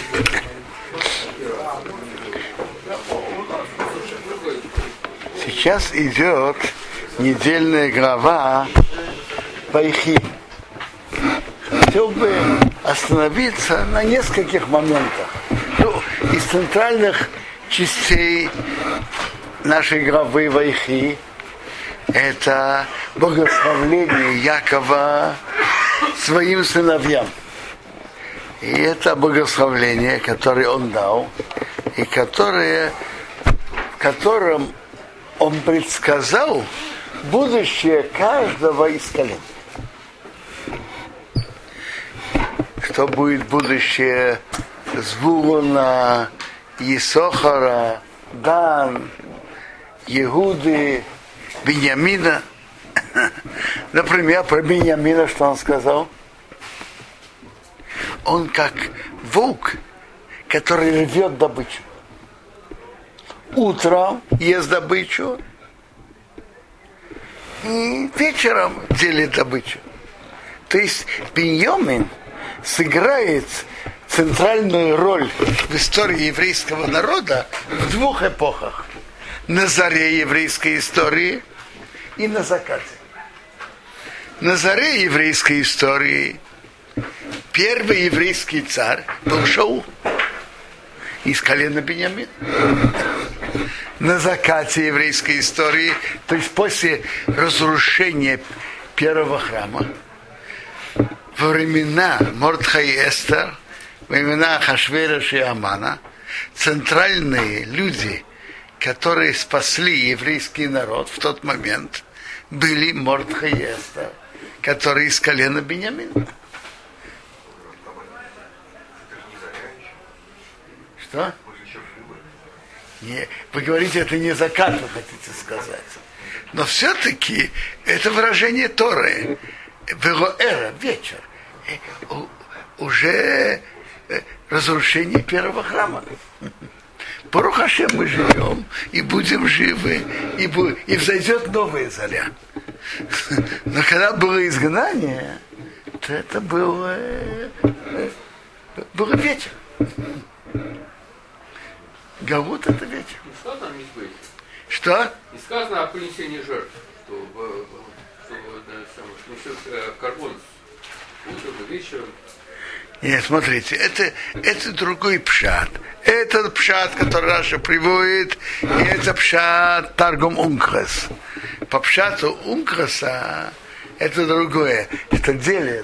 Сейчас идет недельная глава Вайхи. Хотел бы остановиться на нескольких моментах. Из центральных частей нашей главы Вайхи это благословление Якова своим сыновьям. И это благословление, которое он дал, и в котором он предсказал будущее каждого из колен. Что будет будущее Звулуна, Исохара, Дан, Иуды, Биньямина. Например, про Биньямина что он сказал? Он как волк, который рвет добычу. Утром ест добычу и вечером делит добычу. То есть Биньямин сыграет центральную роль в истории еврейского народа в двух эпохах. На заре еврейской истории и на закате. На заре еврейской истории первый еврейский царь был Шаул из колена Биньямина. На закате еврейской истории, то есть после разрушения первого храма, во времена Мордхая и Эстер, во времена Ахашвероша и Амана, центральные люди, которые спасли еврейский народ в тот момент, были Мордхай и Эстер, которые из колена Биньямина. Что? Не, вы говорите, это не закат, вы хотите сказать. Но все-таки это выражение Торы. Велоэра, вечер. Уже разрушение первого храма. Барух Ашем мы живем, и будем живы, и взойдет новая заря. Но когда было изгнание, то это было вечер. Галут это вечер. Не сказано о мизбехе. Что? Не сказано о принесении жертв, что несет карбон утром и вечером. Нет, смотрите, это другой пшат. Это пшат, который Раша приводит, и это пшат Таргум Ункрас. По пшату Ункраса это другое, что делит.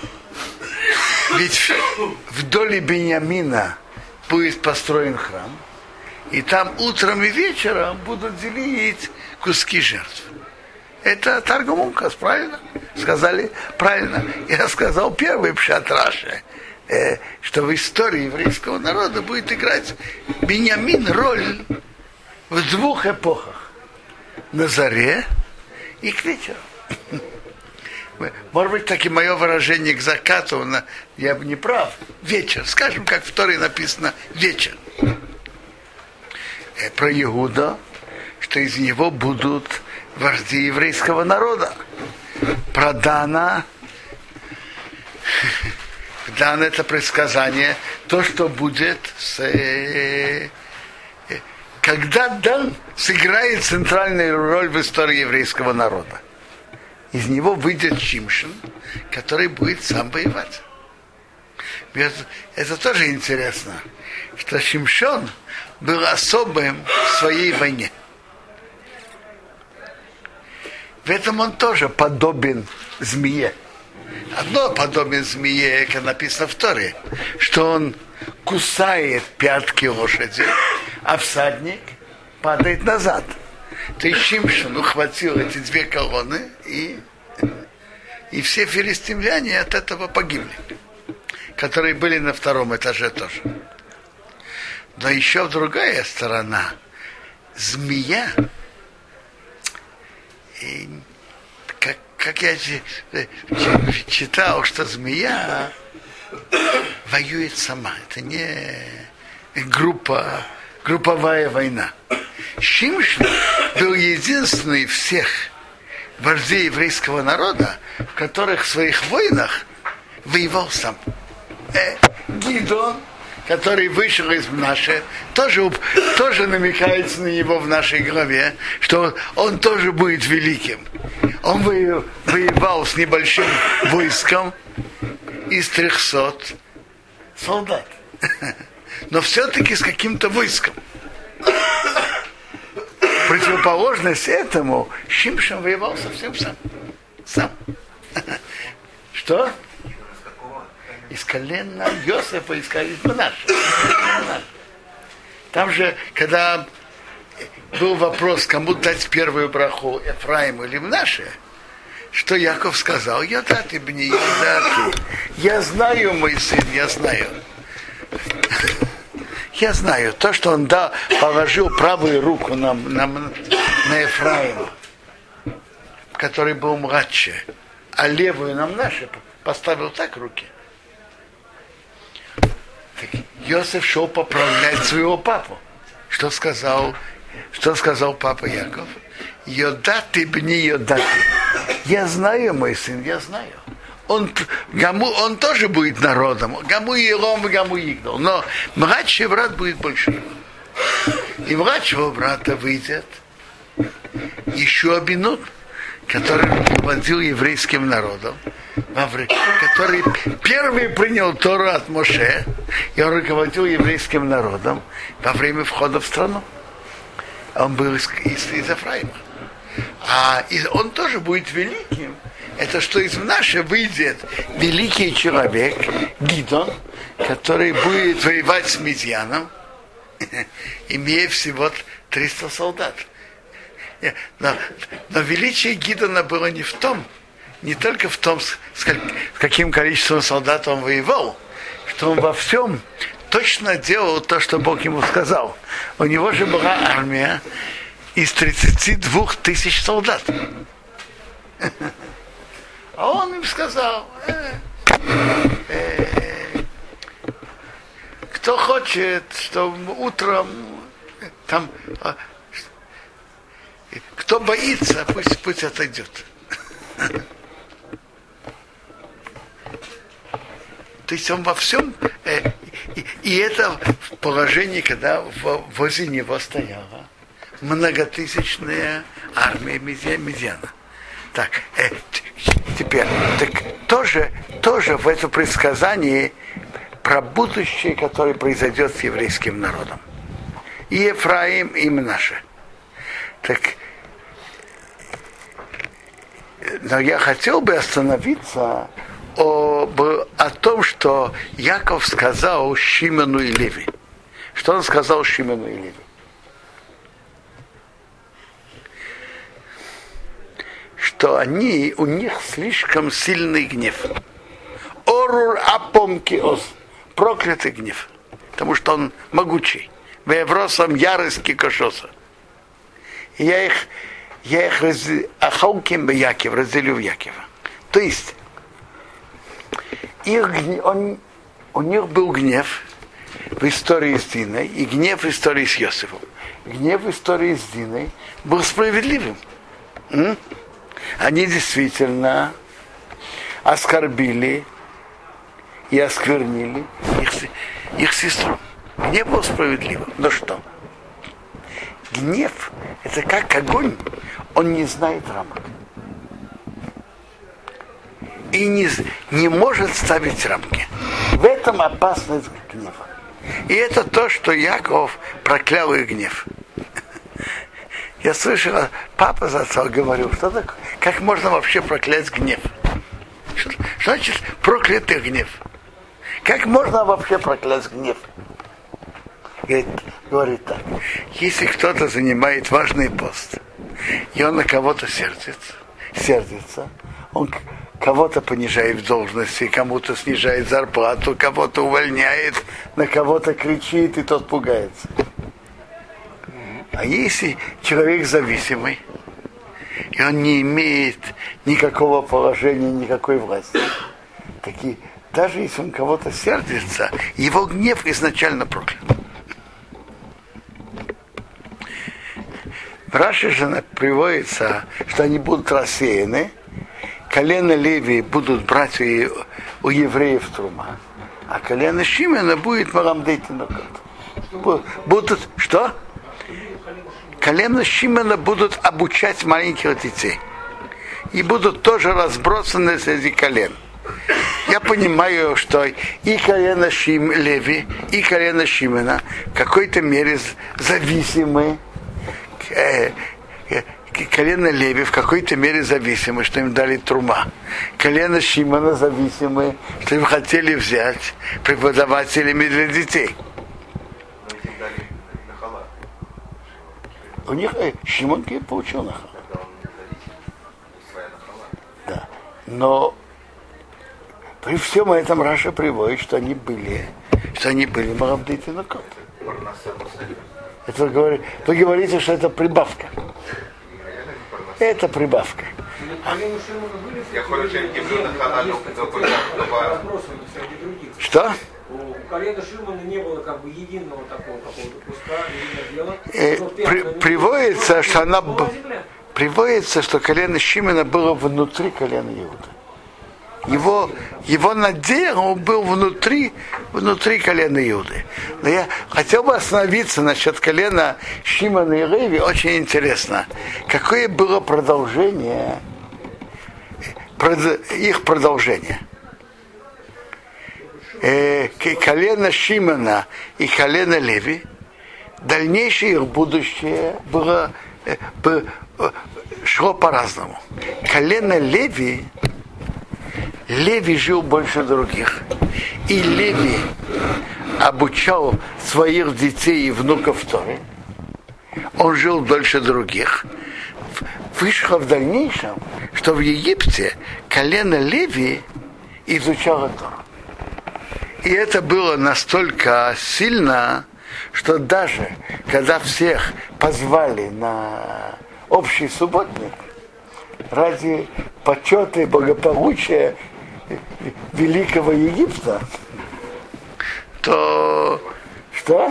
Ведь вдоль Биньямина будет построен храм, и там утром и вечером будут делить куски жертв. Это Таргум Ункрас, правильно? Сказали правильно. Я сказал первый пшат Раши, что в истории еврейского народа будет играть Биньямин роль в двух эпохах. На заре и к вечеру. Может быть, так и мое выражение к закату, я бы не прав. Вечер. Скажем, как в Торе написано вечер. Про Иуда, что из него будут вожди еврейского народа. Про Дана. Дан это предсказание, то, что будет когда Дан сыграет центральную роль в истории еврейского народа. Из него выйдет Шимшон, который будет сам воевать. Это тоже интересно, что Шимшон был особым в своей войне. В этом он тоже подобен змее. Одно подобие змее, как написано в Торе, что он кусает пятки лошади, а всадник падает назад. То есть Шимшон ухватил эти две колонны, и все филистимляне от этого погибли, которые были на втором этаже тоже. Но еще другая сторона. Змея, как я читал, что змея воюет сама. Это не групповая война. Шимшон был единственный из всех вождей еврейского народа, в которых в своих войнах воевал сам. Гидон который вышел из Мнаше, тоже намекается на него в нашей главе, что он тоже будет великим. Он воевал с небольшим войском из 300 солдат, но все-таки с каким-то войском. Противоположность этому Шимшон воевал совсем сам. Что? Из колена Йосефа, из Манаша. Там же, когда был вопрос, кому дать первую браху, Эфраиму или Мнаше, что Яков сказал: Йодати бни, Йодати. Я знаю, мой сын, я знаю. Я знаю, то, что он положил правую руку на Эфраима, который был младше, а левую на Мнаше поставил так руки. Так Йосеф шел поправлять своего папу. Что сказал папа Яков? Йодати бни, Йодати. Я знаю, мой сын, я знаю. Он тоже будет народом. Гаму Елом и Гаму Игдал. Но младший брат будет больше его. И младшего брата выйдет еще Абинут, который руководил еврейским народом, который первый принял Тору от Моше, и он руководил еврейским народом во время входа в страну. Он был из Эфраима. И он тоже будет великим. Это что из Мнаше выйдет великий человек, Гидон, который будет воевать с Мидьяном, имея всего 300 солдат. Но величие Гидона было не только в том, с каким количеством солдат он воевал, что он во всем точно делал то, что Бог ему сказал. У него же была армия из 32 тысяч солдат. А он им сказал: кто хочет, что утром там, кто боится, пусть отойдет. То есть он во всем, и это в положении, когда возле него стояла многотысячная армия Мидьяна. Так, теперь, тоже в этом предсказании про будущее, которое произойдет с еврейским народом. И Ефраим, и Мнаше. Так, но я хотел бы остановиться о том, что Яков сказал Шимону и Леви. Что он сказал Шимону и Леви? Что у них слишком сильный гнев. Орур апомкиос, проклятый гнев. Потому что он могучий. Вевросом ярости кошоса. Я их ахалким Яков разделю в Якова. То есть у них был гнев в истории с Диной и гнев в истории с Йосифом. Гнев в истории с Диной был справедливым. Они действительно оскорбили и осквернили их сестру. Гнев был справедливым. Но что? Гнев – это как огонь, он не знает рамок. И не может ставить рамки. В этом опасность гнева. И это то, что Яков проклял их гнев. Я слышал, папа за отца говорил, что такое, как можно вообще проклять гнев? Что значит проклятый гнев? Как можно вообще проклясть гнев? Говорит так: если кто-то занимает важный пост, и он на кого-то сердится, он кого-то понижает в должности, кому-то снижает зарплату, кого-то увольняет, на кого-то кричит, и тот пугается. А если человек зависимый, и он не имеет никакого положения, никакой власти, таки, даже если он кого-то сердится, его гнев изначально проклят. В Раши же приводится, что они будут рассеяны, колено Леви будут брать у евреев трума, А колено Шимона будет Марамдей Тинокот. Будут что? Колено Шимона будут обучать маленьких детей. И будут тоже разбросаны среди колен. Я понимаю, что и колено Леви, и колено Шимона в какой-то мере зависимы. Колено Леви в какой-то мере зависимы, что им дали трума. Колено Шимона зависимы, что им хотели взять преподавателями для детей. У них Шимон получил нахал. Да. Но при всем этом Раша приводит, что они были Марамдей Тинокот. Это вы говорите, что это прибавка. Это прибавка. Что? У колена Шимона не было как бы единого такого какого-то куска, единого дела. Приводится, что колено Шимона было внутри колена Иуда. Его надел был внутри колена Иуды. Но я хотел бы остановиться насчет колена Шимона и Леви. Очень интересно, какое было их продолжение. Колено Шимона и колено Леви, дальнейшее их будущее шло по-разному. Колено Леви жил больше других. И Леви обучал своих детей и внуков Торы. Он жил дольше других. Вышло в дальнейшем, что в Египте колено Леви изучало Тору. И это было настолько сильно, что даже когда всех позвали на общий субботник, ради почета и благополучия Великого Египта, то что?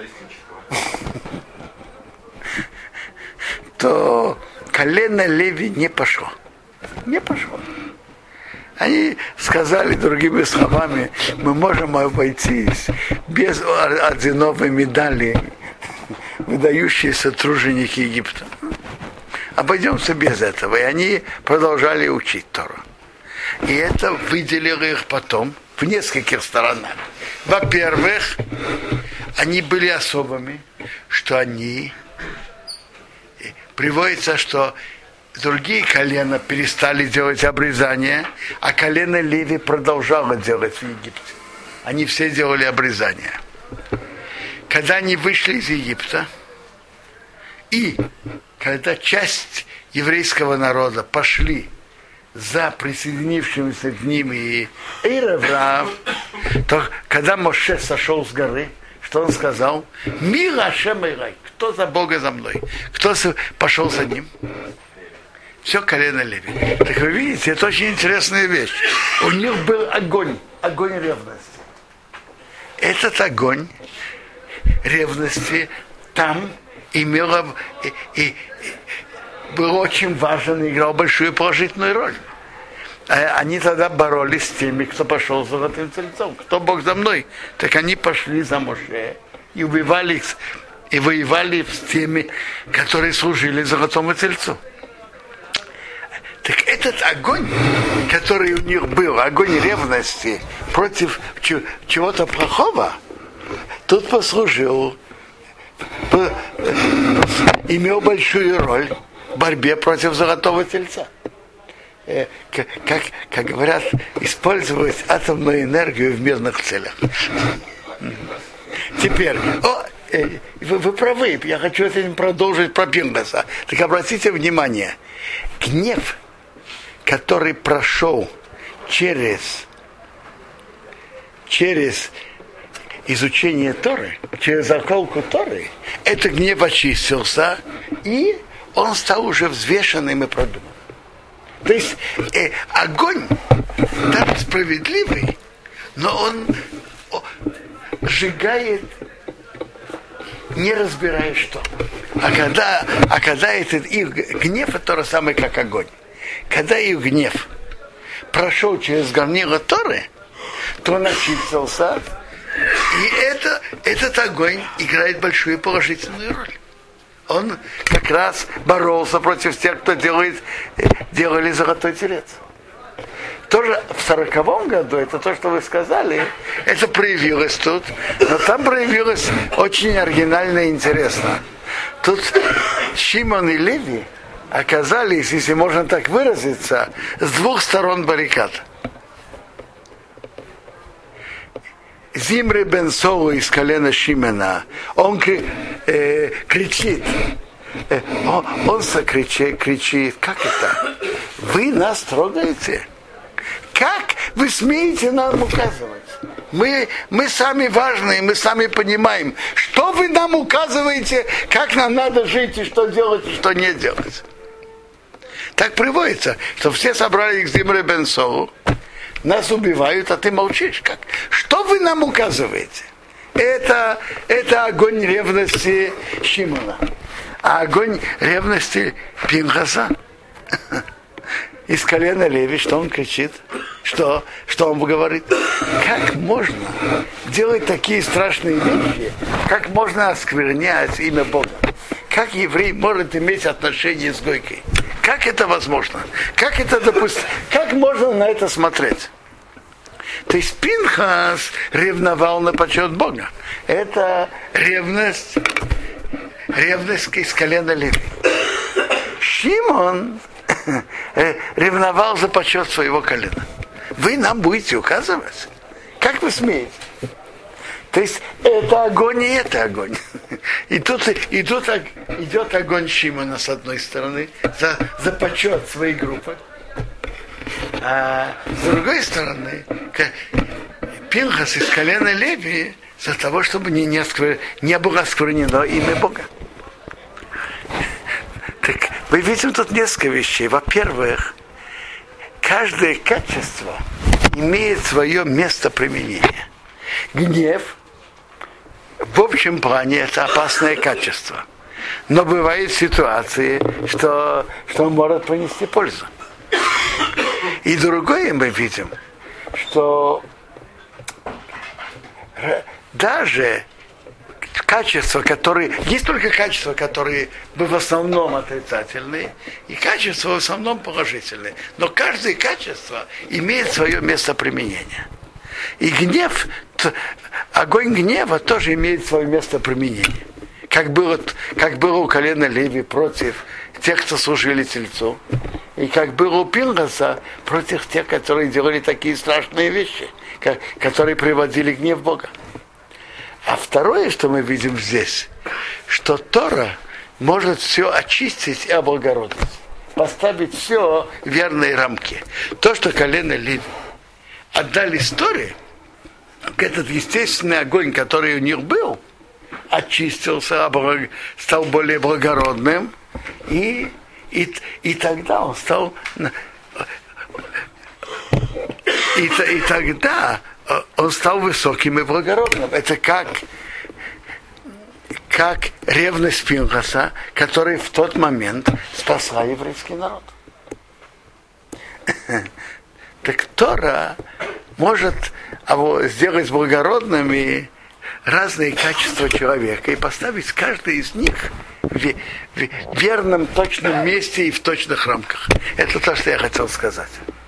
То колено Леви не пошло. Не пошло. Они сказали другими словами, мы можем обойтись без орденовой медали, выдающиеся труженики Египта. Обойдемся без этого. И они продолжали учить Тору. И это выделило их потом в нескольких сторонах. Во-первых, они были особыми, что они приводится, что другие колена перестали делать обрезание, а колено Леви продолжало делать в Египте. Они все делали обрезание. Когда они вышли из Египта, и когда часть еврейского народа пошли за присоединившимися к ним и Эйр-Авраам, то когда Моше сошел с горы, что он сказал? Мир Ашем Эйрай. Кто за Бога за мной? Кто пошел за ним? Все колено Леви. Так вы видите, это очень интересная вещь. У них был огонь ревности. Этот огонь ревности там имел и был очень важен, играл большую положительную роль. Они тогда боролись с теми, кто пошел за золотым тельцом. Кто Бог за мной? Так они пошли за Моше и убивали их, и воевали с теми, которые служили золотому тельцу. Так этот огонь, который у них был, огонь ревности против чего-то плохого, тут послужил, имел большую роль в борьбе против золотого тельца. Как говорят, использовать атомную энергию в мирных целях. Теперь, вы правы, я хочу этим продолжить про Пинхаса. Так обратите внимание, гнев, который прошел через изучение Торы, через заколку Торы, этот гнев очистился, и он стал уже взвешенным и продуманным. То есть огонь там справедливый, но он сжигает, не разбирая что. А когда этот их гнев, это то же самое, как огонь. Когда их гнев прошел через горнило Торы, кто начистился. И этот огонь играет большую положительную роль. Он как раз боролся против тех, кто делали золотой телец. Тоже в 40-м году, это то, что вы сказали, это проявилось тут, но там проявилось очень оригинально и интересно. Тут Шимон и Леви оказались, если можно так выразиться, с двух сторон баррикад. Зимри бен Солу из колена Шимена, он кричит, кричит, как это? Вы нас трогаете? Как вы смеете нам указывать? Мы сами важные, мы сами понимаем, что вы нам указываете, как нам надо жить, и что делать, и что не делать. Так приводится, что все собрались к Зимри бен Солу, нас убивают, а ты молчишь. Как? Что вы нам указываете? Это огонь ревности Шимона. А огонь ревности Пинхаса из колена Леви, что он кричит? Что он говорит? Как можно делать такие страшные вещи? Как можно осквернять имя Бога? Как еврей может иметь отношение с Гойкой? Как это возможно? Как это допустить? Как можно на это смотреть? То есть Пинхас ревновал на почет Бога. Это ревность из колена Леви. Шимон ревновал за почет своего колена. Вы нам будете указывать? Как вы смеете? То есть это огонь и это огонь. И тут идет огонь Шимона с одной стороны за почет своей группы. А с другой стороны, Пинхас из колена Леви за того, чтобы не было осквернено имя Бога. Так мы видим тут несколько вещей. Во-первых, каждое качество имеет свое место применения. Гнев в общем плане это опасное качество. Но бывают ситуации, что он может принести пользу. И другое мы видим, что даже качества, которые... Есть только качества, которые в основном отрицательные, и качества в основном положительные. Но каждое качество имеет свое место применения. И гнев, огонь гнева тоже имеет свое место применения. Как было у колена Леви против тех, кто служили тельцу, и как было у Пинхаса против тех, которые делали такие страшные вещи, которые приводили гнев Бога. А второе, что мы видим здесь, что Тора может все очистить и облагородить, поставить все в верные рамки. То, что колено Леви отдали Торе, этот естественный огонь, который у них был, очистился, стал более благородным, и тогда он стал... И тогда он стал высоким и благородным. Это как ревность Пинхаса, который в тот момент спасла еврейский народ. Так Тора может сделать благородными разные качества человека и поставить каждый из них в верном, точном месте и в точных рамках. Это то, что я хотел сказать.